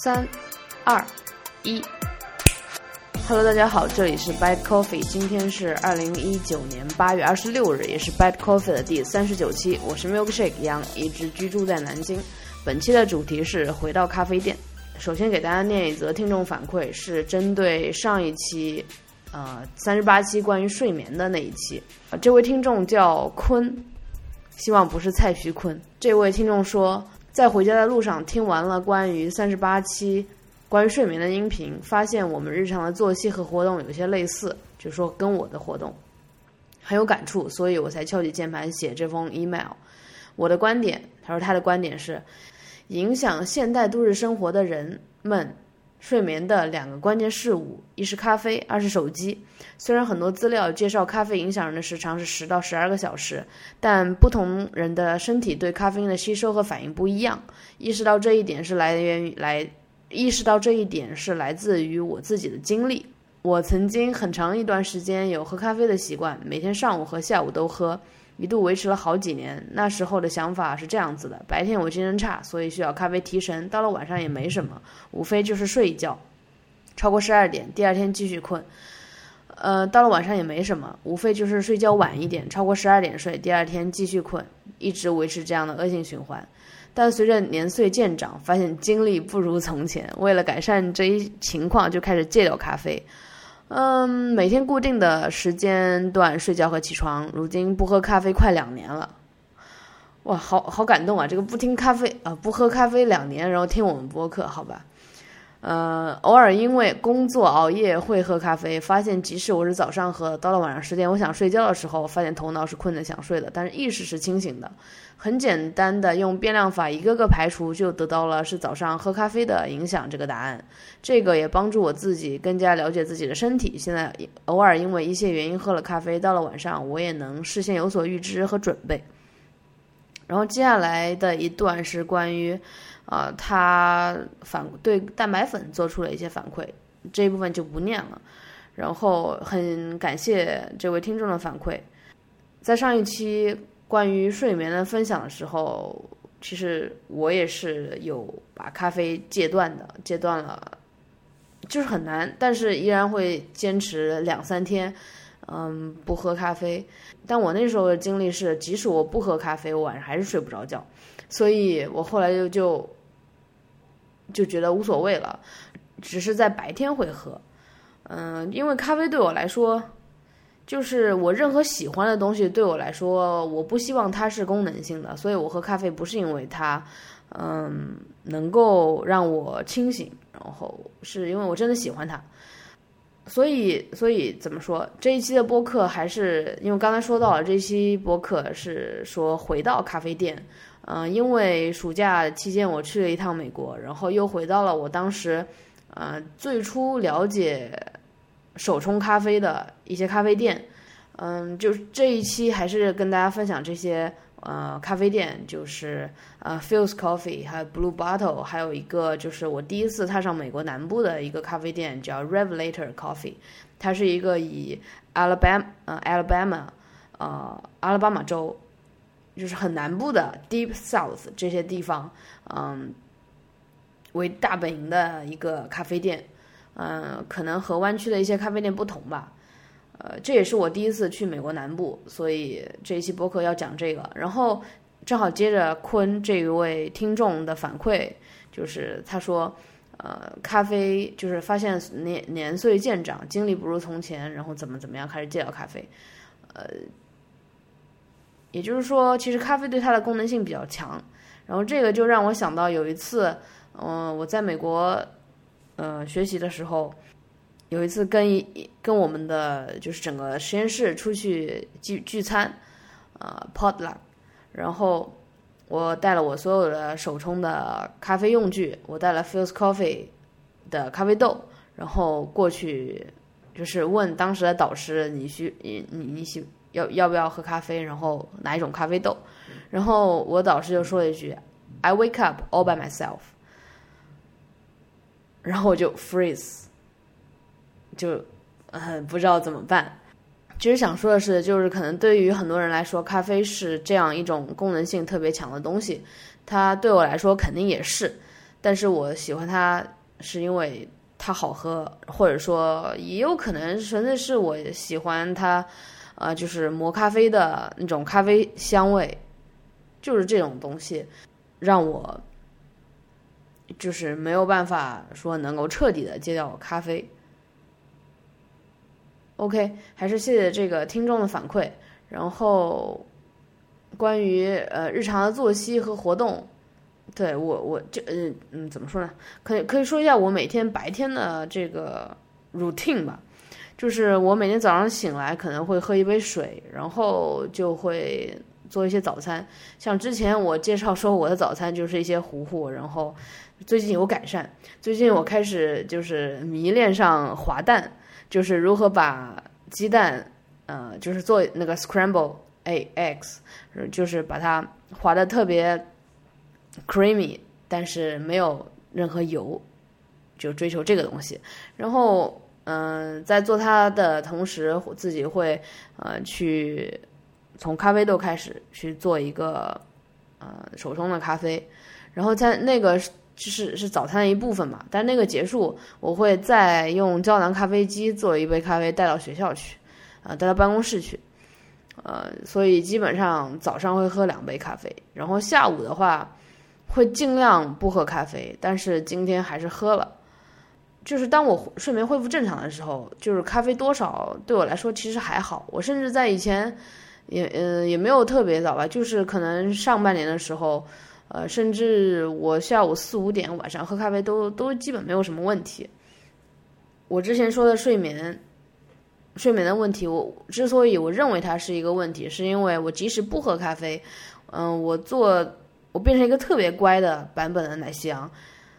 3、2、1。Hello， 大家好，这里是 Bad Coffee， 今天是2019年8月26日，也是 Bad Coffee 的第39期。我是 Milkshake 杨，一直居住在南京。本期的主题是回到咖啡店。首先给大家念一则听众反馈，是针对上一期38期关于睡眠的那一期。这位听众叫坤，希望不是蔡徐坤。这位听众说，在回家的路上听完了关于38期关于睡眠的音频，发现我们日常的作息和活动有些类似，就是说跟我的活动很有感触，所以我才敲起键盘写这封 email。 我的观点，他说他的观点是，影响现代度日生活的人们睡眠的2个关键事物，一是咖啡，二是手机。虽然很多资料介绍咖啡影响人的时长是10到12个小时，但不同人的身体对咖啡因的吸收和反应不一样。意识到这一点是来自于我自己的经历。我曾经很长一段时间有喝咖啡的习惯，每天上午和下午都喝，一度维持了好几年。那时候的想法是这样子的，白天我精神差，所以需要咖啡提神，到了晚上也没什么，无非就是睡一觉，超过12点，第二天继续困。到了晚上也没什么，无非就是睡觉晚一点，超过12点睡，第二天继续困，一直维持这样的恶性循环。但随着年岁渐长，发现精力不如从前，为了改善这一情况，就开始戒掉咖啡。每天固定的时间段睡觉和起床，如今不喝咖啡快2年了。哇，好感动啊！这个不喝咖啡2年，然后听我们播客，好吧。偶尔因为工作熬夜会喝咖啡，发现即使我是早上喝，到了晚上10点我想睡觉的时候，发现头脑是困的想睡的，但是意识是清醒的。很简单的用变量法一个个排除，就得到了是早上喝咖啡的影响这个答案。这个也帮助我自己更加了解自己的身体。现在偶尔因为一些原因喝了咖啡，到了晚上我也能事先有所预知和准备。然后接下来的一段是关于他对蛋白粉做出了一些反馈，这一部分就不念了。然后很感谢这位听众的反馈。在上一期关于睡眠的分享的时候，其实我也是有把咖啡戒断了，就是很难，但是依然会坚持2-3天不喝咖啡。但我那时候的经历是，即使我不喝咖啡，我晚上还是睡不着觉，所以我后来就觉得无所谓了，只是在白天会喝。因为咖啡对我来说，就是我任何喜欢的东西对我来说，我不希望它是功能性的，所以我喝咖啡不是因为它能够让我清醒，然后是因为我真的喜欢它。所以怎么说，这一期的播客还是因为刚才说到了，这一期播客是说回到咖啡店。因为暑假期间我去了一趟美国，然后又回到了我当时最初了解手冲咖啡的一些咖啡店。就是这一期还是跟大家分享这些咖啡店，就是Philz Coffee 还有 Blue Bottle， 还有一个就是我第一次踏上美国南部的一个咖啡店叫 Revelator Coffee。 它是一个以阿拉巴马州，就是很南部的 Deep South 这些地方为大本营的一个咖啡店。可能和湾区的一些咖啡店不同吧。这也是我第一次去美国南部，所以这一期播客要讲这个。然后正好接着坤这一位听众的反馈，就是他说咖啡就是发现年岁渐长，精力不如从前，然后怎么样开始戒掉咖啡。也就是说其实咖啡对它的功能性比较强。然后这个就让我想到有一次我在美国学习的时候，有一次跟我们的就是整个实验室出去聚餐potluck， 然后我带了我所有的手冲的咖啡用具，我带了 Philz Coffee 的咖啡豆，然后过去就是问当时的导师你要不要喝咖啡，然后哪一种咖啡豆。然后我导师就说了一句 I wake up all by myself， 然后我就 freeze， 就不知道怎么办。其实想说的是，就是可能对于很多人来说，咖啡是这样一种功能性特别强的东西，它对我来说肯定也是。 但是我喜欢它是因为它好喝，或者说也有可能纯粹是我喜欢它，就是磨咖啡的那种咖啡香味，就是这种东西让我就是没有办法说能够彻底的戒掉咖啡。OK， 还是谢谢这个听众的反馈。然后关于日常的作息和活动，对我就怎么说呢？可以说一下我每天白天的这个 routine 吧。就是我每天早上醒来可能会喝一杯水，然后就会做一些早餐。像之前我介绍说我的早餐就是一些糊糊，然后最近有改善。最近我开始就是迷恋上滑蛋，就是如何把鸡蛋就是做那个 scramble eggs， 就是把它滑得特别 creamy， 但是没有任何油，就追求这个东西。然后在做它的同时，我自己会去从咖啡豆开始去做一个手冲的咖啡，然后在那个是早餐的一部分嘛。但那个结束，我会再用胶囊咖啡机做一杯咖啡带到学校去，带到办公室去。所以基本上早上会喝2杯咖啡，然后下午的话会尽量不喝咖啡，但是今天还是喝了。就是当我睡眠恢复正常的时候，就是咖啡多少对我来说其实还好。我甚至在以前也没有特别早吧，就是可能上半年的时候，甚至我下午4、5点晚上喝咖啡都基本没有什么问题。我之前说的睡眠的问题，我之所以我认为它是一个问题，是因为我即使不喝咖啡，我变成一个特别乖的版本的奶昔羊，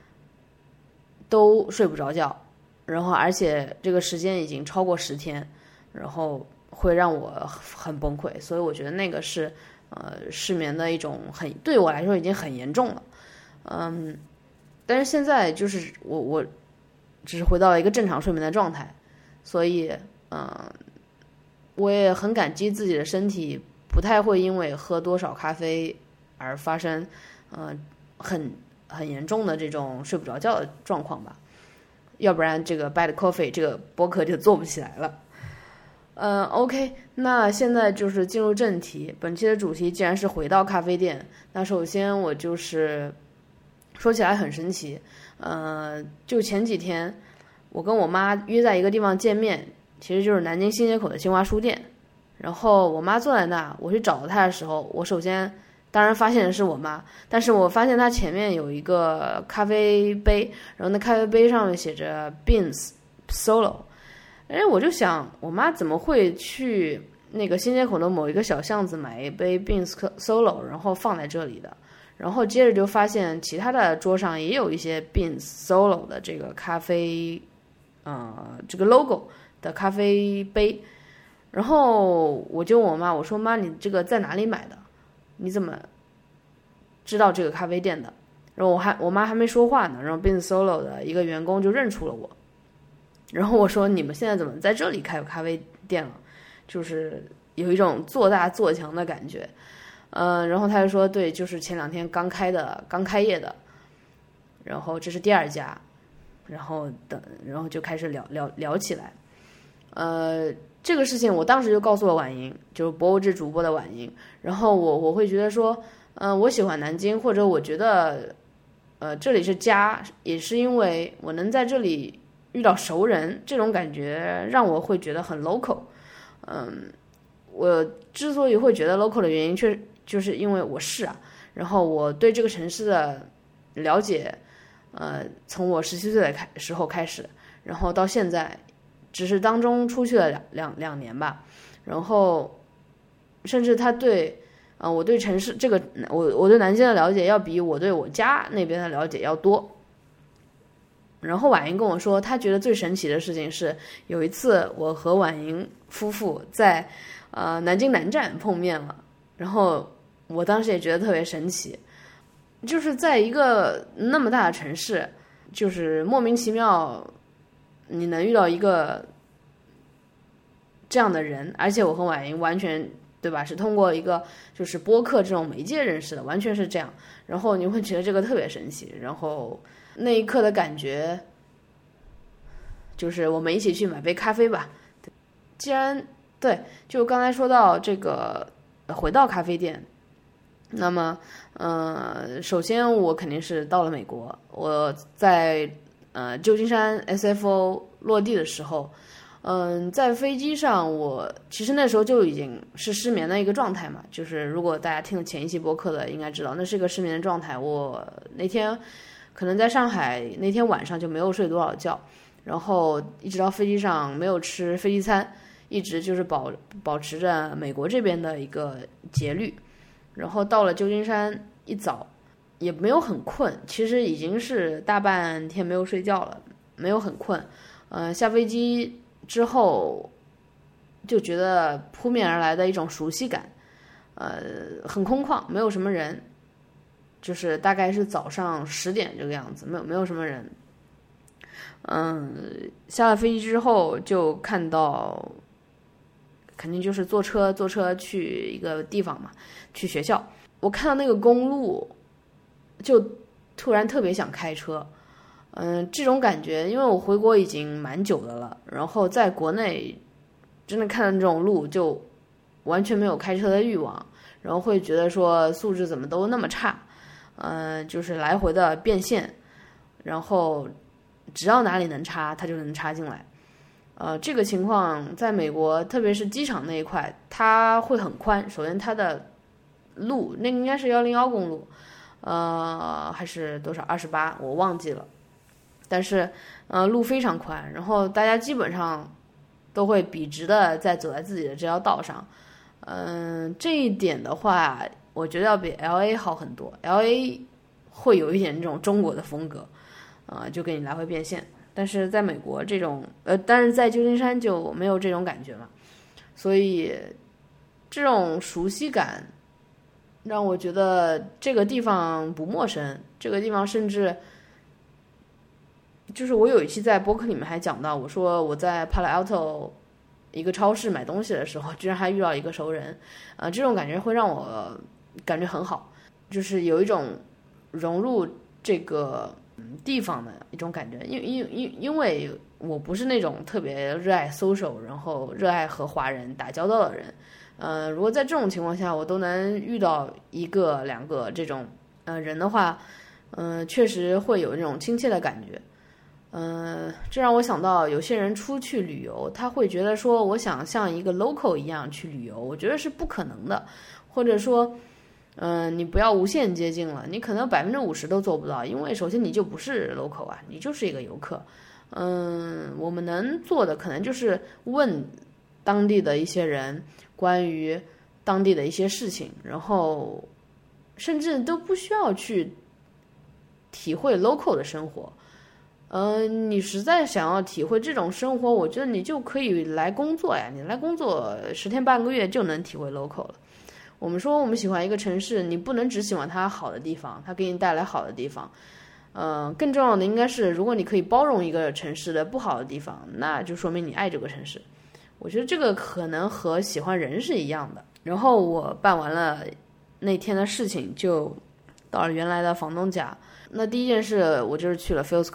都睡不着觉，然后而且这个时间已经超过10天，然后会让我很崩溃。所以我觉得那个是失眠的一种对我来说已经很严重了。但是现在就是我只是回到了一个正常睡眠的状态，所以我也很感激自己的身体不太会因为喝多少咖啡而发生很严重的这种睡不着觉的状况吧，要不然这个 Bad Coffee 这个播客就做不起来了。OK， 那现在就是进入正题。本期的主题既然是回到咖啡店，那首先我就是说起来很神奇，就前几天我跟我妈约在一个地方见面，其实就是南京新街口的新华书店。然后我妈坐在那，我去找她的时候，我首先当然发现的是我妈，但是我发现她前面有一个咖啡杯，然后那咖啡杯上面写着 Beans Solo。我就想我妈怎么会去那个新街口的某一个小巷子买一杯 Beans Solo， 然后放在这里的。然后接着就发现其他的桌上也有一些 Beans Solo 的这个咖啡这个 logo 的咖啡杯。然后我就问我妈，我说妈，你这个在哪里买的？你怎么知道这个咖啡店的？然后我妈还没说话呢，然后 Beans Solo 的一个员工就认出了我。然后我说你们现在怎么在这里开咖啡店了？就是有一种做大做强的感觉。然后他就说对，就是前2天刚开业的，然后这是第2家，然后就开始聊起来。这个事情我当时就告诉了婉莹，就是博物志主播的婉莹。然后我会觉得说，我喜欢南京，或者我觉得这里是家，也是因为我能在这里遇到熟人，这种感觉让我会觉得很 local。我之所以会觉得 local 的原因，就是因为我是然后我对这个城市的了解，从我17岁的时候开始，然后到现在，只是当中出去了两年吧，然后甚至他对我对城市这个我对南京的了解要比我对我家那边的了解要多。然后婉莹跟我说，她觉得最神奇的事情是有一次我和婉莹夫妇在南京南站碰面了，然后我当时也觉得特别神奇，就是在一个那么大的城市，就是莫名其妙你能遇到一个这样的人，而且我和婉莹完全对吧？是通过一个就是播客这种媒介认识的，完全是这样。然后你会觉得这个特别神奇，然后那一刻的感觉就是我们一起去买杯咖啡吧。既然对，就刚才说到这个回到咖啡店，那么首先我肯定是到了美国，我在旧金山 SFO 落地的时候。在飞机上，我其实那时候就已经是失眠的一个状态嘛。就是如果大家听了前一期播客的，应该知道那是一个失眠的状态。我那天可能在上海那天晚上就没有睡多少觉，然后一直到飞机上没有吃飞机餐，一直就是保持着美国这边的一个节律。然后到了旧金山一早也没有很困，其实已经是大半天没有睡觉了，没有很困。下飞机之后就觉得扑面而来的一种熟悉感，很空旷，没有什么人，就是大概是早上10点这个样子，没有什么人。下了飞机之后就看到，肯定就是坐车去一个地方嘛，去学校。我看到那个公路，就突然特别想开车。这种感觉，因为我回国已经蛮久的了，然后在国内真的看到这种路就完全没有开车的欲望，然后会觉得说素质怎么都那么差，就是来回的变线，然后只要哪里能插，它就能插进来。这个情况在美国，特别是机场那一块，它会很宽。首先它的路，那应该是101公路，还是多少28，我忘记了。但是，路非常宽，然后大家基本上都会笔直的在走在自己的这条道上。这一点的话，我觉得要比 LA 好很多。LA 会有一点这种中国的风格，就给你来回变现。但是在美国这种，但是在旧金山就没有这种感觉嘛，所以这种熟悉感让我觉得这个地方不陌生，这个地方甚至。就是我有一期在播客里面还讲到，我说我在 Palo Alto 一个超市买东西的时候，居然还遇到一个熟人，这种感觉会让我感觉很好，就是有一种融入这个地方的一种感觉。因为我不是那种特别热爱 social， 然后热爱和华人打交道的人，如果在这种情况下我都能遇到1个2个这种人的话，确实会有那种亲切的感觉。这让我想到有些人出去旅游，他会觉得说我想像一个 local 一样去旅游，我觉得是不可能的，或者说你不要无限接近了，你可能50%都做不到，因为首先你就不是 local 啊，你就是一个游客。我们能做的可能就是问当地的一些人关于当地的一些事情，然后甚至都不需要去体会 local 的生活。你实在想要体会这种生活，我觉得你就可以来工作呀。你来工作10天半个月就能体会 local 了。我们说我们喜欢一个城市，你不能只喜欢它好的地方，它给你带来好的地方。更重要的应该是，如果你可以包容一个城市的不好的地方，那就说明你爱这个城市。我觉得这个可能和喜欢人是一样的。然后我办完了那天的事情，就到了原来的房东家。那第一件事，我就是去了 Philz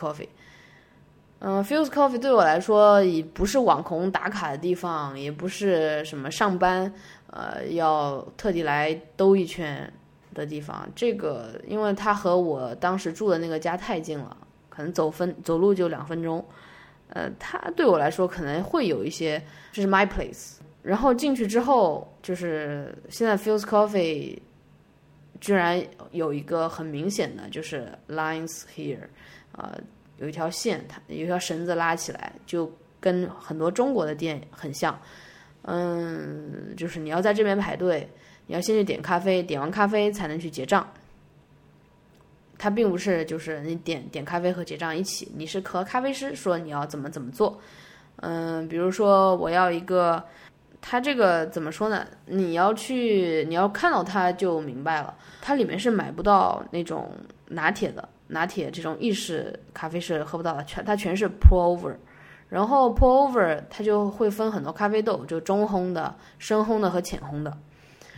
Coffee。Philz Coffee 对我来说也不是网红打卡的地方，也不是什么上班要特地来兜一圈的地方。这个因为它和我当时住的那个家太近了，可能走路就2分钟。它对我来说可能会有一些，这是 my place。然后进去之后，就是现在 Philz Coffee 居然有一个很明显的就是 lines here，有一条线，它有一条绳子拉起来，就跟很多中国的店很像。就是你要在这边排队，你要先去点咖啡，点完咖啡才能去结账。它并不是就是你点咖啡和结账一起，你是和咖啡师说你要怎么做。比如说我要一个，它这个怎么说呢？你要看到它就明白了。它里面是买不到那种拿铁的。拿铁这种意式咖啡是喝不到的，它全是 pour over， 然后 pour over 它就会分很多咖啡豆，就中烘的、深烘的和浅烘的。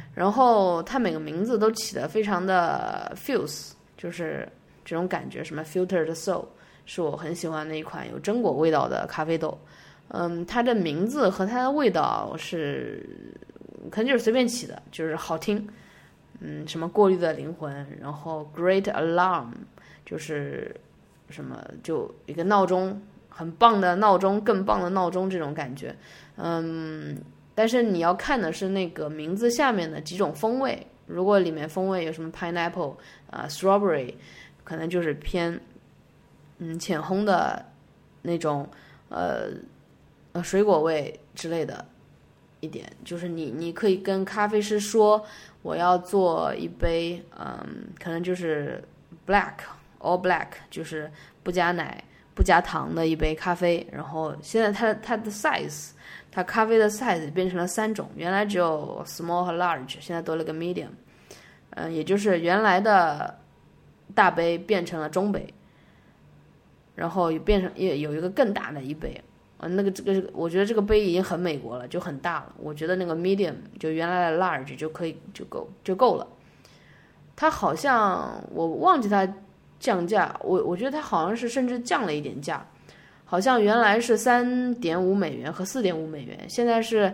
然后它每个名字都起得非常的 fuse， 就是这种感觉，什么 filtered soul 是我很喜欢的一款有榛果味道的咖啡豆。它的名字和它的味道是可能就是随便起的，就是好听。什么过滤的灵魂，然后 Great Alarm 就是什么就一个闹钟，很棒的闹钟，更棒的闹钟这种感觉。但是你要看的是那个名字下面的几种风味，如果里面风味有什么 pineapple strawberry， 可能就是偏浅烘的那种水果味之类的一点，就是你可以跟咖啡师说我要做一杯可能就是 all black 就是不加奶不加糖的一杯咖啡，然后现在它的 size， 它咖啡的 size 变成了3种，原来只有 small 和 large， 现在多了个 medium，也就是原来的大杯变成了中杯，然后也有一个更大的一杯。这个我觉得这个杯已经很美国了，就很大了。我觉得那个 medium 就原来的 large 就够了。它好像我忘记它降价，我觉得它好像是甚至降了一点价，好像原来是3.5美元和4.5美元，现在是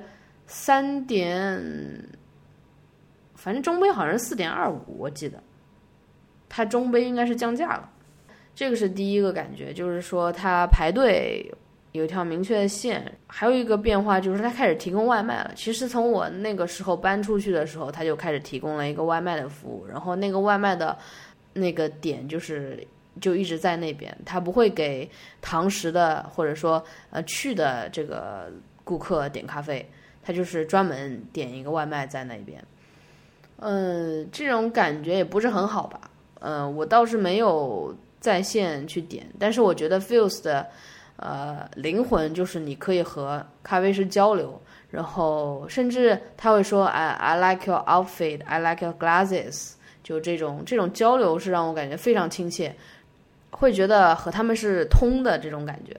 反正中杯好像是4.25，我记得它中杯应该是降价了。这个是第一个感觉，就是说它排队有一条明确的线。还有一个变化就是它开始提供外卖了。其实从我那个时候搬出去的时候，它就开始提供了一个外卖的服务，然后那个外卖的那个点就一直在那边，它不会给堂食的或者说去的这个顾客点咖啡，它就是专门点一个外卖在那边。这种感觉也不是很好吧。我倒是没有在线去点，但是我觉得 Fuse 的灵魂就是你可以和咖啡师交流，然后甚至他会说 I like your outfit, I like your glasses， 就这种交流是让我感觉非常亲切，会觉得和他们是通的这种感觉。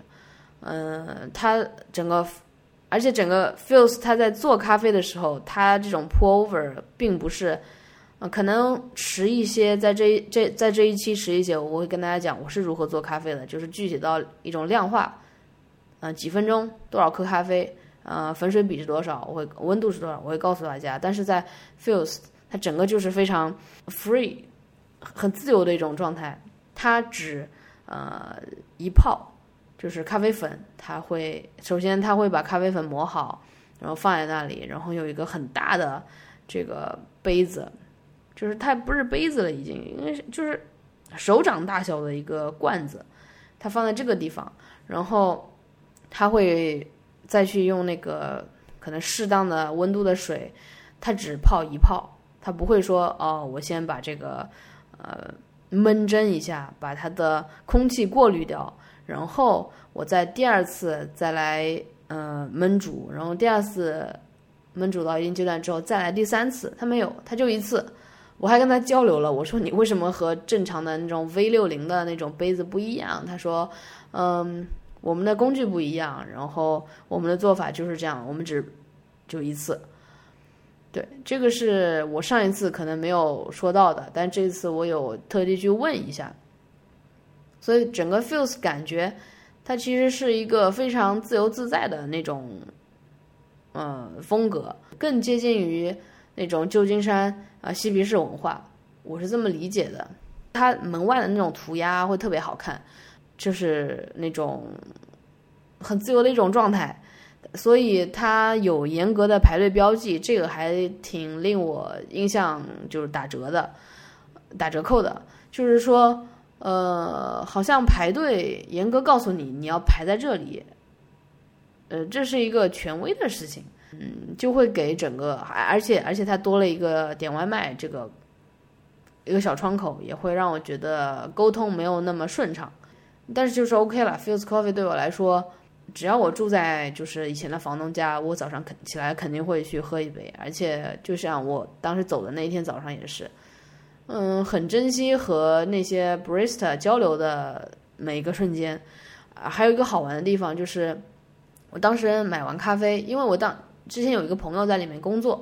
而且整个 Fuse 他在做咖啡的时候，他这种 pour over 并不是可能迟一些，在这一期迟一些，我会跟大家讲我是如何做咖啡的，就是具体到一种量化，几分钟多少克咖啡，粉水比是多少，温度是多少，我会告诉大家。但是在 Fuse 它整个就是非常 free 很自由的一种状态，它只一泡就是咖啡粉，首先它会把咖啡粉磨好，然后放在那里，然后有一个很大的这个杯子，就是它不是杯子了，已经应该就是手掌大小的一个罐子，它放在这个地方，然后它会再去用那个可能适当的温度的水，它只泡一泡，它不会说我先把这个焖蒸一下，把它的空气过滤掉，然后我在第二次再来焖煮，然后第二次焖煮到一定阶段之后再来第3次，它没有，它就一次。我还跟他交流了，我说你为什么和正常的那种 V60 的那种杯子不一样？他说我们的工具不一样，然后我们的做法就是这样，我们就一次。对，这个是我上一次可能没有说到的，但这次我有特地去问一下。所以整个 Fuse 感觉它其实是一个非常自由自在的那种风格，更接近于那种旧金山嬉皮士文化，我是这么理解的。它门外的那种涂鸦会特别好看，就是那种很自由的一种状态，所以它有严格的排队标记，这个还挺令我印象就是打折扣的，就是说好像排队严格告诉你要排在这里，这是一个权威的事情，就会给整个，而且它多了一个点外卖这个一个小窗口，也会让我觉得沟通没有那么顺畅，但是就是 OK 了。Fuse Coffee 对我来说，只要我住在就是以前的房东家，我早上起来肯定会去喝一杯，而且就像我当时走的那一天早上也是。很珍惜和那些 barista 交流的每一个瞬间。还有一个好玩的地方就是，我当时买完咖啡，因为我之前有一个朋友在里面工作，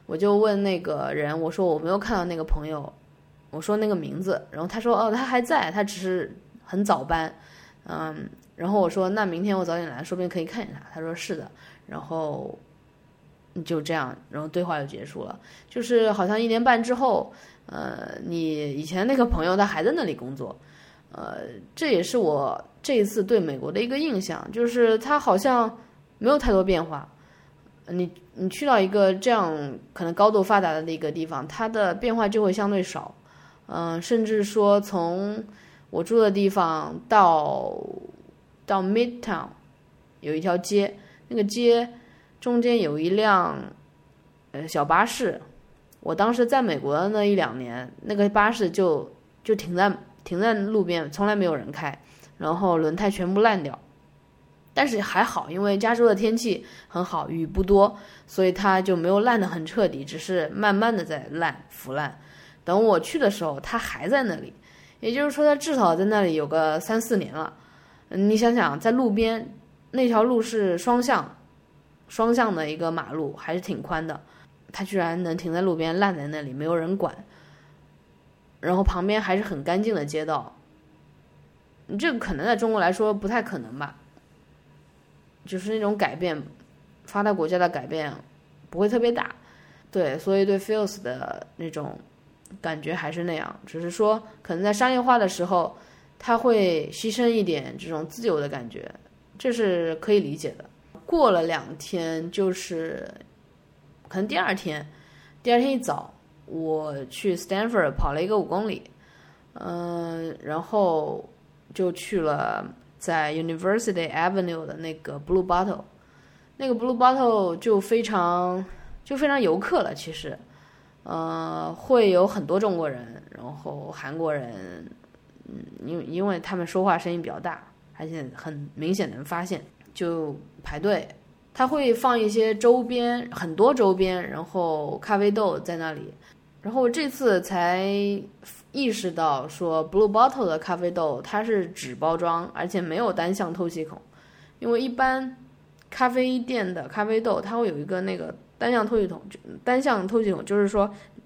我就问那个人，我说我没有看到那个朋友，我说那个名字，然后他说他还在，他只是很早班，然后我说那明天我早点来，说不定可以看见他。他说是的，然后就这样，然后对话就结束了。就是好像1年半之后，你以前那个朋友他还在那里工作，这也是我这一次对美国的一个印象，就是他好像没有太多变化。你去到一个这样可能高度发达的一个地方，它的变化就会相对少，甚至说从我住的地方到 Midtown 有一条街，那个街中间有一辆小巴士，我当时在美国的那1-2年，那个巴士就停在路边，从来没有人开，然后轮胎全部烂掉。但是还好，因为加州的天气很好，雨不多，所以它就没有烂得很彻底，只是慢慢的在腐烂。等我去的时候，它还在那里，也就是说它至少在那里有个3-4年了。你想想，在路边那条路是双向的一个马路，还是挺宽的，它居然能停在路边烂在那里，没有人管，然后旁边还是很干净的街道。这个可能在中国来说不太可能吧，就是那种改变，发达国家的改变不会特别大，对，所以对 Fields 的那种感觉还是那样，只是说可能在商业化的时候，它会牺牲一点这种自由的感觉，这是可以理解的。过了2天，就是可能第二天一早，我去 Stanford 跑了一个5公里，然后就去了在 University Avenue 的那个 Blue Bottle， 那个 Blue Bottle 就非常游客了，其实，会有很多中国人，然后韩国人，因为他们说话声音比较大，而且很明显能发现，就排队。他会放一些周边，很多周边，然后咖啡豆在那里。然后这次才意识到说 Blue Bottle 的咖啡豆它是纸包装，而且没有单向透气孔。因为一般咖啡店的咖啡豆它会有一个那个单向透气孔，就是说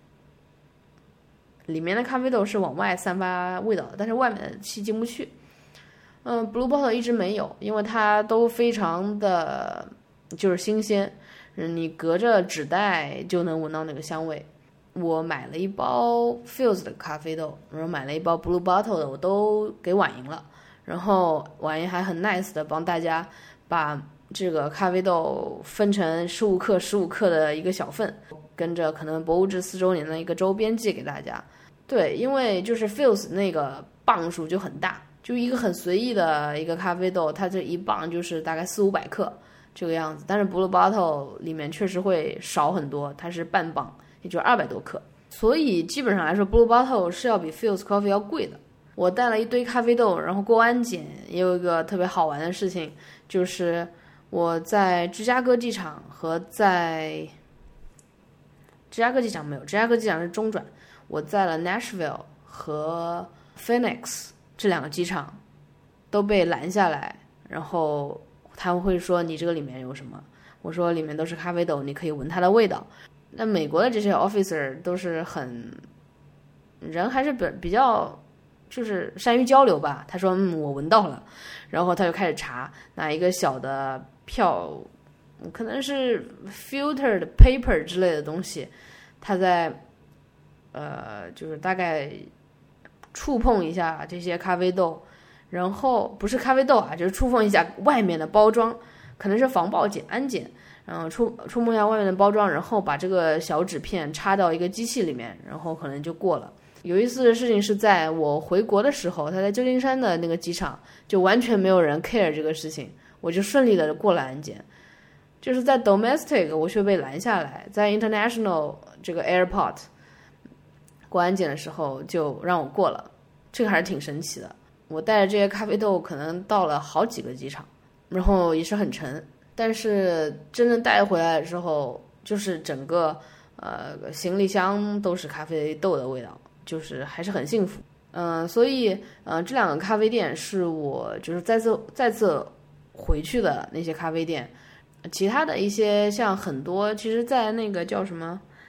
里面的咖啡豆是往外散发味道的，但是外面的气进不去。Blue Bottle 一直没有，因为它都非常的就是新鲜，你隔着纸袋就能闻到那个香味。我买了一包 Fields 的咖啡豆，然后买了一包 Blue Bottle 的，我都给婉莹了。然后婉莹还很 nice 的帮大家把这个咖啡豆分成15克的一个小份，跟着可能博物志4周年的一个周边寄给大家。对，因为就是 Fields 那个磅数就很大，就一个很随意的一个咖啡豆，它这一磅就是大概400-500克这个样子。但是 Blue Bottle 里面确实会少很多，它是半磅，也就200多克，所以基本上来说 Blue Bottle 是要比 Fields Coffee 要贵的。我带了一堆咖啡豆，然后过安检也有一个特别好玩的事情，就是我在芝加哥机场和在芝加哥机场没有，芝加哥机场是中转，我在了 Nashville 和 Phoenix 这2个机场都被拦下来，然后他们会说你这个里面有什么，我说里面都是咖啡豆，你可以闻它的味道。那美国的这些 officer 都是人还是比较就是善于交流吧，他说我闻到了，然后他就开始查，拿一个小的票，可能是 filtered paper 之类的东西，他在就是大概触碰一下这些咖啡豆，然后不是咖啡豆啊，就是触碰一下外面的包装，可能是防暴安检，然后触摸一下外面的包装，然后把这个小纸片插到一个机器里面，然后可能就过了。有一次的事情是在我回国的时候，他在旧金山的那个机场就完全没有人 care 这个事情，我就顺利的过了安检。就是在 domestic 我却被拦下来，在 international 这个 airport 过安检的时候就让我过了，这个还是挺神奇的。我带着这些咖啡豆可能到了好几个机场，然后也是很沉，但是真正带回来的时候，就是整个行李箱都是咖啡豆的味道，就是还是很幸福。所以这2个咖啡店是我就是再次回去的那些咖啡店。其他的一些像很多，其实在那个叫什么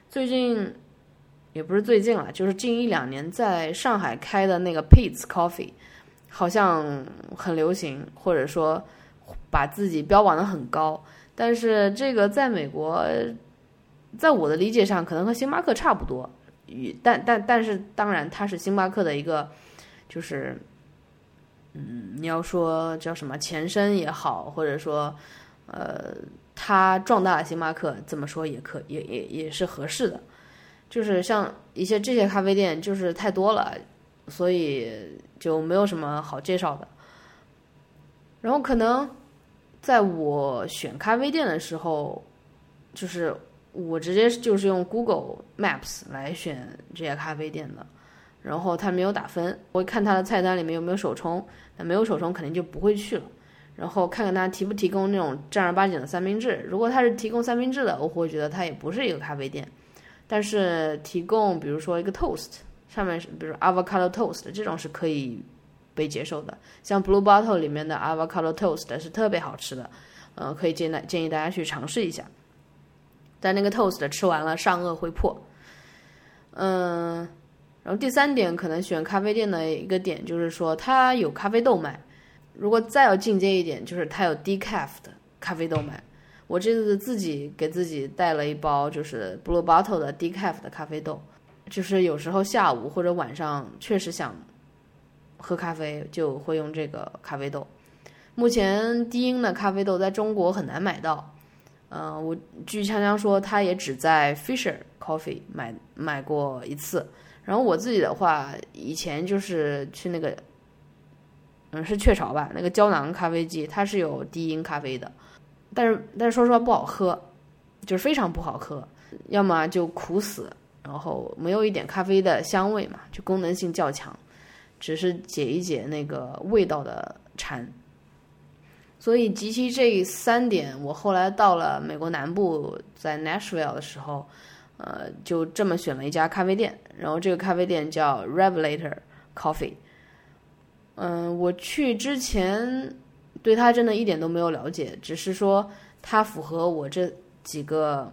最近也不是最近了，就是近1-2年在上海开的那个 Peet's Coffee 好像很流行，或者说把自己标榜的很高，但是这个在美国，在我的理解上可能和星巴克差不多，但是当然它是星巴克的一个就是你要说叫什么前身也好，或者说它壮大了星巴克，这么说也是合适的。就是像这些咖啡店就是太多了，所以就没有什么好介绍的。然后可能在我选咖啡店的时候，就是我直接就是用 Google Maps 来选这些咖啡店的，然后它没有打分，我会看它的菜单里面有没有手冲，那没有手冲肯定就不会去了。然后看看它提不提供那种正儿八经的三明治，如果它是提供三明治的，我会觉得它也不是一个咖啡店。但是提供比如说一个 toast， 上面是比如说 avocado toast 这种是可以被接受的，像 Blue Bottle 里面的 avocado toast 是特别好吃的，可以建议大家去尝试一下。但那个 toast 吃完了上颚会破。然后第3点可能选咖啡店的一个点就是说它有咖啡豆卖，如果再要进阶一点，就是它有 decaf 的咖啡豆卖。我这次自己给自己带了一包就是 Blue Bottle 的 decaf 的咖啡豆，就是有时候下午或者晚上确实想喝咖啡就会用这个咖啡豆。目前低因的咖啡豆在中国很难买到，我据锵锵说他也只在 Fisher Coffee 买过一次。然后我自己的话，以前就是去那个是雀巢吧，那个胶囊咖啡机它是有低因咖啡的，但是说实话不好喝，就是非常不好喝，要么就苦死，然后没有一点咖啡的香味嘛，就功能性较强，只是解一解那个味道的馋。所以集齐这3点，我后来到了美国南部，在 Nashville 的时候，就这么选了一家咖啡店，然后这个咖啡店叫 Revelator Coffee。我去之前对它真的一点都没有了解，只是说它符合我这几个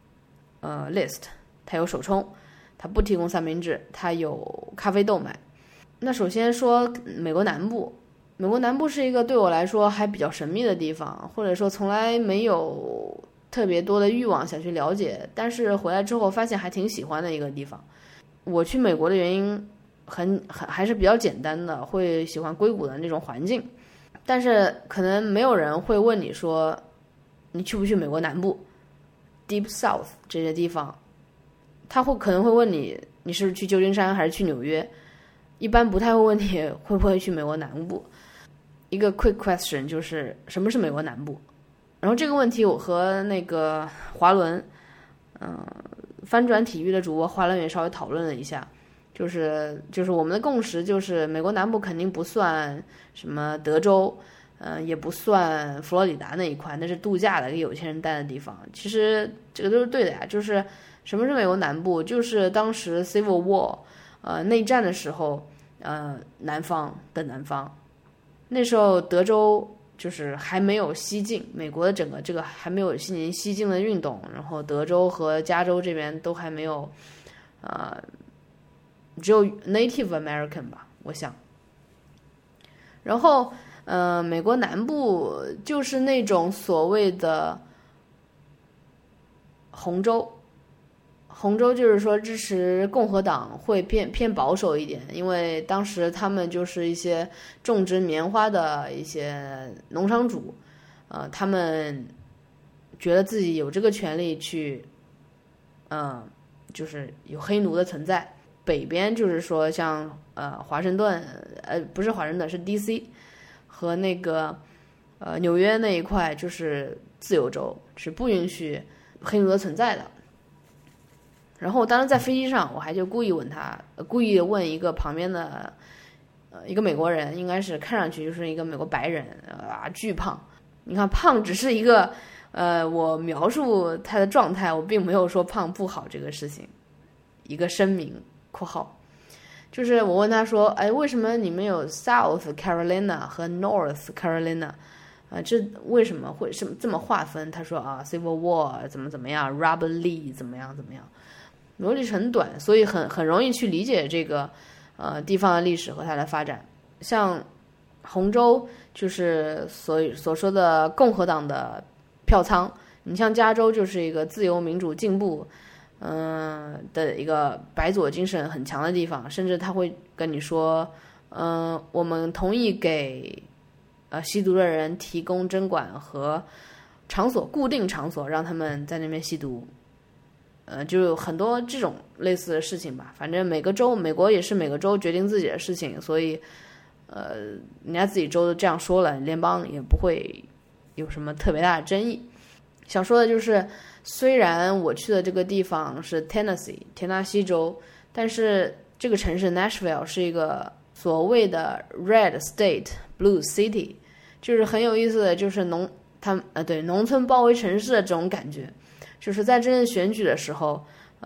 list， 它有手冲，它不提供三明治，它有咖啡豆卖。那首先说美国南部，美国南部是一个对我来说还比较神秘的地方，或者说从来没有特别多的欲望想去了解，但是回来之后发现还挺喜欢的一个地方。我去美国的原因还是比较简单的，会喜欢硅谷的那种环境，但是可能没有人会问你说你去不去美国南部 Deep South 这些地方，他可能会问你是不是去旧金山还是去纽约，一般不太会问你会不会去美国南部。一个 quick question 就是什么是美国南部，然后这个问题我和那个华伦翻转体育的主播华伦也稍微讨论了一下，就是我们的共识就是美国南部肯定不算什么德州，也不算佛罗里达那一块，那是度假的给有钱人待的地方。其实这个都是对的呀，就是什么是美国南部，就是当时 Civil War 内战的时候南方，那时候德州就是还没有西进，美国的整个这个还没有西进的运动，然后德州和加州这边都还没有只有 Native American 吧，我想。然后美国南部就是那种所谓的红州就是说支持共和党会偏保守一点，因为当时他们就是一些种植棉花的一些农场主，他们觉得自己有这个权利去就是有黑奴的存在。北边就是说像华盛顿不是华盛顿是 DC 和那个纽约那一块就是自由州，是不允许黑奴的存在的。然后我当时在飞机上，我还就故意问一个旁边的一个美国人，应该是看上去就是一个美国白人巨胖。你看胖只是一个我描述他的状态，我并没有说胖不好这个事情，一个声明括号，就是我问他说，为什么你们有 South Carolina 和 North Carolina？这为什么会这么划分？他说Civil War 怎么样 ，Robert Lee 怎么样。 流历程短，所以很容易去理解这个地方的历史和它的发展。像洪州就是所说的共和党的票仓，你像加州就是一个自由民主进步的一个白左精神很强的地方，甚至他会跟你说我们同意给吸毒的人提供针管和固定场所，让他们在那边吸毒。就有很多这种类似的事情吧。反正美国也是每个州决定自己的事情，所以人家自己州都这样说了，联邦也不会有什么特别大的争议。想说的就是，虽然我去的这个地方是 Tennessee 田纳西州，但是这个城市 Nashville 是一个所谓的 Red State Blue City， 就是很有意思的，就是农村包围城市的这种感觉。就是在真正选举的时候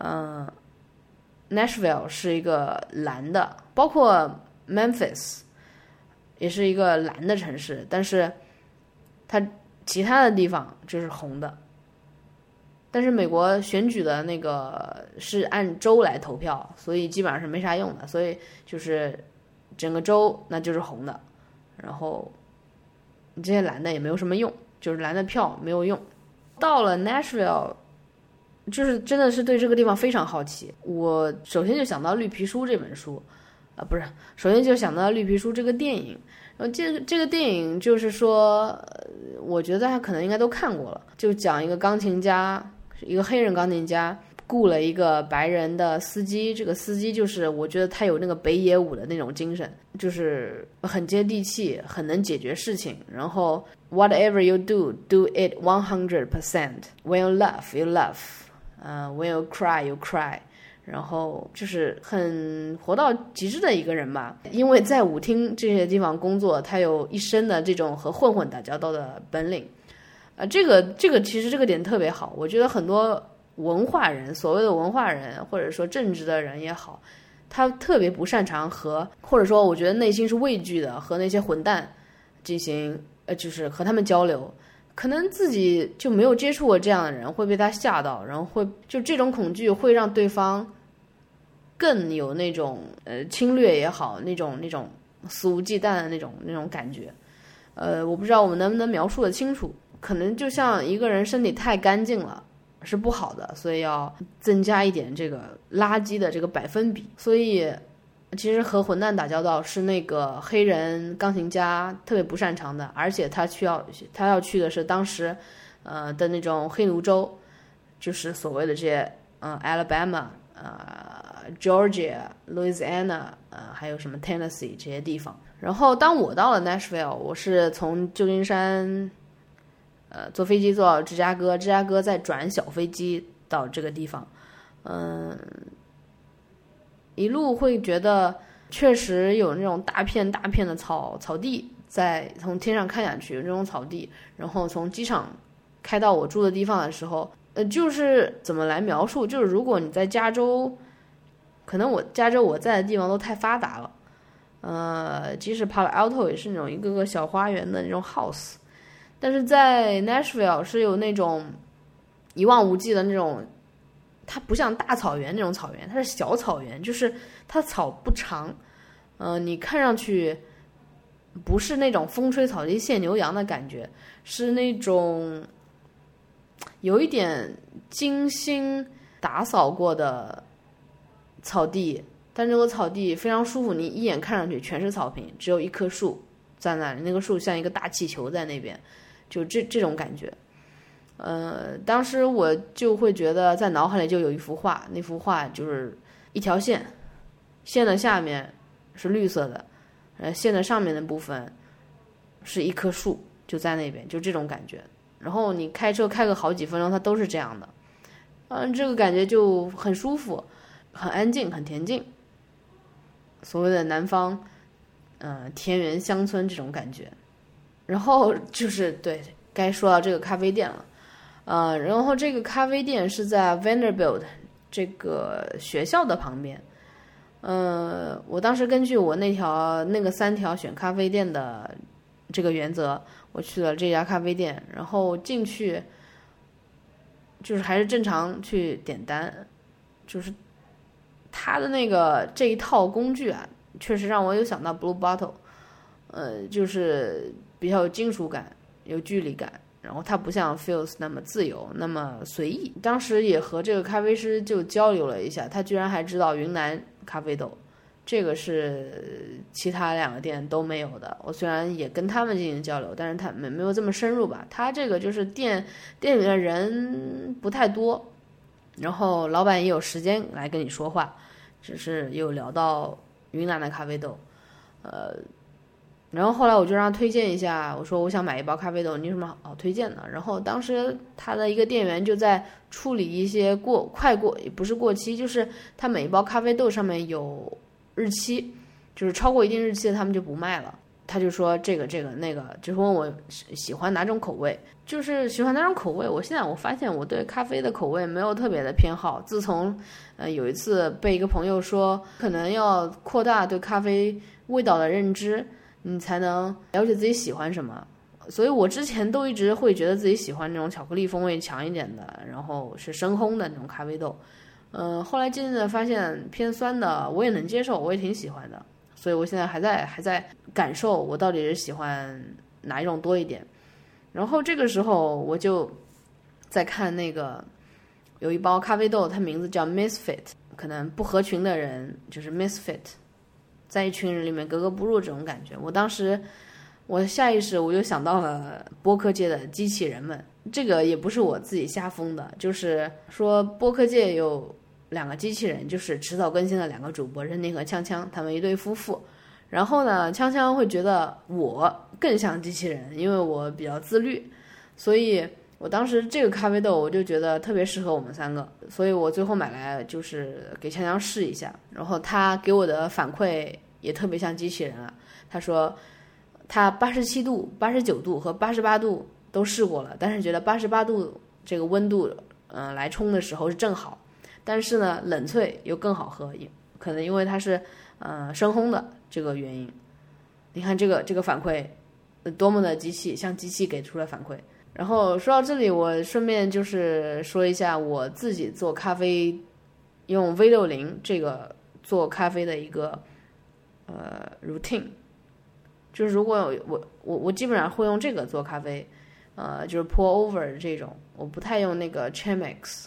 Nashville 是一个蓝的，包括 Memphis 也是一个蓝的城市，但是它其他的地方就是红的。但是美国选举的那个是按州来投票，所以基本上是没啥用的，所以就是整个州那就是红的，然后你这些蓝的也没有什么用，就是蓝的票没有用。到了 Nashville就是真的是对这个地方非常好奇，我首先就想到《绿皮书》这本书，不是，首先就想到《绿皮书》这个电影。然后这个电影就是说，我觉得大家可能应该都看过了，就讲一个钢琴家，一个黑人钢琴家雇了一个白人的司机，这个司机就是我觉得他有那个北野武的那种精神，就是很接地气，很能解决事情。然后 whatever you do, do it 100%. When you laugh, you laugh.When you cry, you cry. 然后就是很活到极致的一个人吧。因为在舞厅这些地方工作，他有一身的这种和混混打交道的本领。这个其实这个点特别好，我觉得很多文化人，所谓的文化人或者说正直的人也好，他特别不擅长或者说我觉得内心是畏惧的，和那些混蛋进行就是和他们交流。可能自己就没有接触过这样的人，会被他吓到，然后就这种恐惧会让对方更有那种侵略也好，那种肆无忌惮的那种感觉。我不知道我们能不能描述得清楚。可能就像一个人身体太干净了是不好的，所以要增加一点这个垃圾的这个百分比。所以其实和混蛋打交道是那个黑人钢琴家特别不擅长的，而且他要去的是当时的那种黑奴州，就是所谓的这些Alabama Georgia Louisiana 还有什么 Tennessee 这些地方。然后当我到了 Nashville， 我是从旧金山坐飞机坐到芝加哥再转小飞机到这个地方。一路会觉得确实有那种大片大片的草地，在从天上看下去有这种草地。然后从机场开到我住的地方的时候，就是怎么来描述，就是如果你在加州，可能加州我在的地方都太发达了，即使Palo Alto也是那种一个个小花园的那种 house， 但是在 Nashville 是有那种一望无际的那种。它不像大草原那种草原，它是小草原，就是它草不长，你看上去不是那种风吹草低见牛羊的感觉，是那种有一点精心打扫过的草地，但这个草地非常舒服，你一眼看上去全是草坪，只有一棵树在那里，那个树像一个大气球在那边，就这种感觉。当时我就会觉得在脑海里就有一幅画，那幅画就是一条线的下面是绿色的，线的上面的部分是一棵树，就在那边，就这种感觉。然后你开车开个好几分钟，它都是这样的，这个感觉就很舒服，很安静，很恬静。所谓的南方，田园乡村这种感觉。然后就是对，该说到这个咖啡店了。然后这个咖啡店是在 Vanderbilt 这个学校的旁边。我当时根据我那个3条选咖啡店的这个原则，我去了这家咖啡店，然后进去就是还是正常去点单， 就是它的这一套工具啊，确实让我有想到 Blue Bottle，就是比较有金属感，有距离感。然后它不像 Feels 那么自由，那么随意。当时也和这个咖啡师就交流了一下，他居然还知道云南咖啡豆，这个是其他2个店都没有的。我虽然也跟他们进行交流，但是他没有这么深入吧。他这个就是店里的人不太多，然后老板也有时间来跟你说话，只是有聊到云南的咖啡豆，然后后来我就让他推荐一下，我说我想买一包咖啡豆，你有什么好推荐的？然后当时他的一个店员就在处理一些不是过期，就是他每一包咖啡豆上面有日期，就是超过一定日期的他们就不卖了。他就说这个那个，就是问我喜欢哪种口味，就是喜欢哪种口味。我发现我对咖啡的口味没有特别的偏好。自从有一次被一个朋友说，可能要扩大对咖啡味道的认知，你才能了解自己喜欢什么。所以我之前都一直会觉得自己喜欢那种巧克力风味强一点的，然后是深烘的那种咖啡豆。后来渐渐的发现偏酸的我也能接受，我也挺喜欢的。所以我现在还在感受我到底是喜欢哪一种多一点。然后这个时候我就在看有一包咖啡豆，它名字叫 Misfit， 可能不合群的人就是 Misfit， 在一群人里面格格不入这种感觉。我当时我下意识我就想到了播客界的机器人们，这个也不是我自己瞎封的，就是说播客界有2个机器人，就是迟早更新的2个主播任宁和锵锵，他们一对夫妇。然后呢，锵锵会觉得我更像机器人，因为我比较自律，所以我当时这个咖啡豆我就觉得特别适合我们3个，所以我最后买来就是给锵锵试一下。然后他给我的反馈也特别像机器人啊，他说他87度、89度和88度都试过了，但是觉得88度这个温度来冲的时候是正好。但是呢，冷萃又更好喝，可能因为它是深烘的这个原因。你看这个反馈多么的像机器给出了反馈。然后说到这里，我顺便就是说一下我自己做咖啡用 V60这个做咖啡的一个routine， 就是如果我基本上会用这个做咖啡，就是 pour over 这种，我不太用那个 Chemex。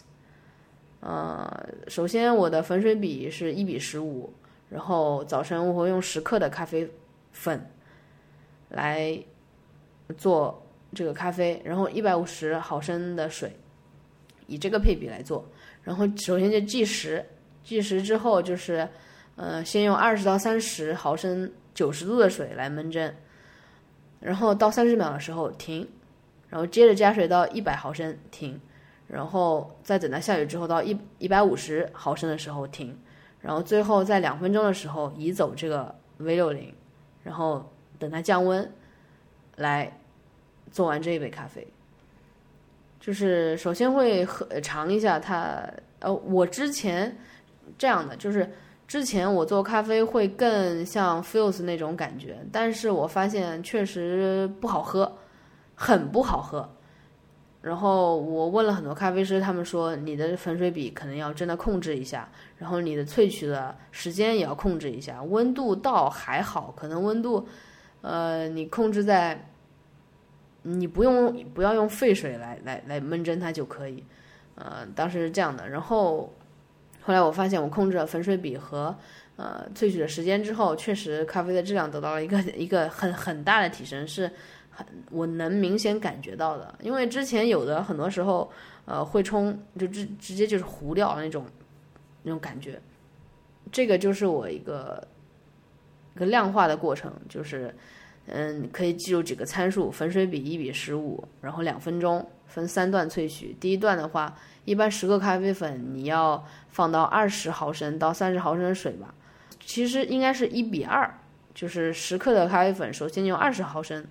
首先我的粉水比是1:15，然后早晨我会用10克的咖啡粉来做这个咖啡，然后150毫升的水，以这个配比来做。然后首先就计时之后就是先用20到30毫升90度的水来焖蒸，然后到30秒的时候停，然后接着加水到100毫升停，然后再等它下雨之后到150毫升的时候停，然后最后在2分钟的时候移走这个 V60， 然后等它降温来做完这一杯咖啡。就是首先会尝一下它，我之前这样的，就是之前我做咖啡会更像 Feels 那种感觉，但是我发现确实不好喝，很不好喝。然后我问了很多咖啡师，他们说你的粉水比可能要真的控制一下，然后你的萃取的时间也要控制一下，温度倒还好，可能温度你控制在你不要用沸水来焖蒸它就可以。当时是这样的。然后后来我发现我控制了粉水比和萃取的时间之后，确实咖啡的质量得到了一个很大的提升，是我能明显感觉到的。因为之前有的很多时候会冲就直接就是糊掉那种感觉。这个就是我一个量化的过程，就是可以记住几个参数：粉水比1:15，然后2分钟，分3段萃取。第一段的话，一般10个咖啡粉你要放到20毫升到30毫升的水吧，其实应该是1:2，就是10克的咖啡粉，首先用20毫升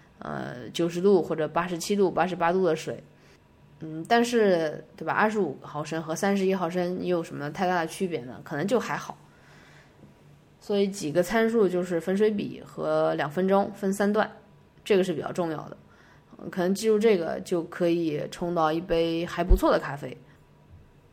90度或者87度、88度的水。但是对吧，25毫升和31毫升有什么太大的区别呢？可能就还好。所以几个参数就是粉水比和2分钟，分3段，这个是比较重要的。可能记住这个就可以冲到一杯还不错的咖啡。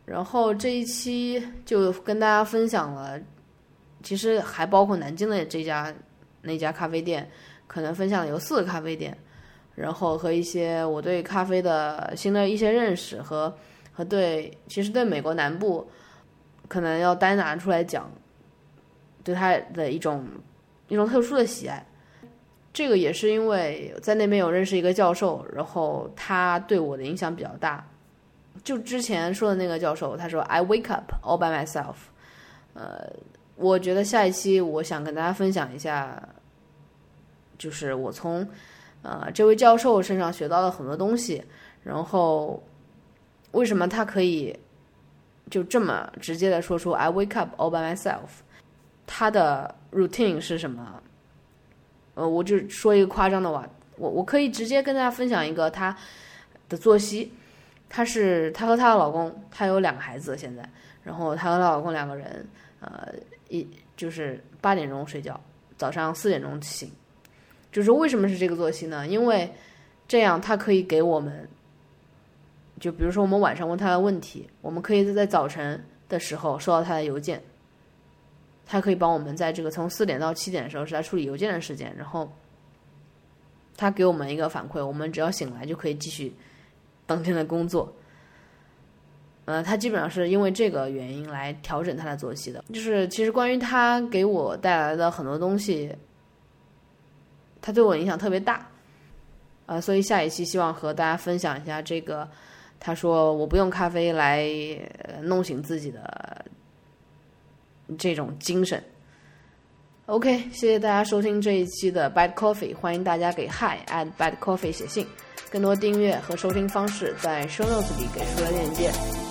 然后这一期就跟大家分享了，其实还包括南京的那家咖啡店，可能分享有4个咖啡店，然后和一些我对咖啡的新的一些认识和其实对美国南部可能要单拿出来讲，对它的一种特殊的喜爱。这个也是因为在那边有认识一个教授，然后他对我的影响比较大。就之前说的那个教授，他说 I wake up all by myself。我觉得下一期我想跟大家分享一下，就是我从这位教授身上学到了很多东西，然后为什么他可以就这么直接的说出 I wake up all by myself， 他的 routine 是什么？我就说一个夸张的话，我可以直接跟大家分享一个他的作息。她和她的老公，她有2个孩子现在，然后她和她老公2个人，就是8点钟睡觉，早上4点钟醒。就是为什么是这个作息呢？因为这样她可以给我们，就比如说我们晚上问她的问题，我们可以在早晨的时候收到她的邮件，她可以帮我们在这个从4点到7点的时候是来处理邮件的时间，然后她给我们一个反馈，我们只要醒来就可以继续当天的工作。他基本上是因为这个原因来调整他的作息的。就是其实关于他给我带来的很多东西，他对我影响特别大。所以下一期希望和大家分享一下这个，他说我不用咖啡来弄醒自己的这种精神。OK， 谢谢大家收听这一期的 Bad Coffee， 欢迎大家给 hi@badcoffee 写信。更多订阅和收听方式在 show notes 里给出了链接。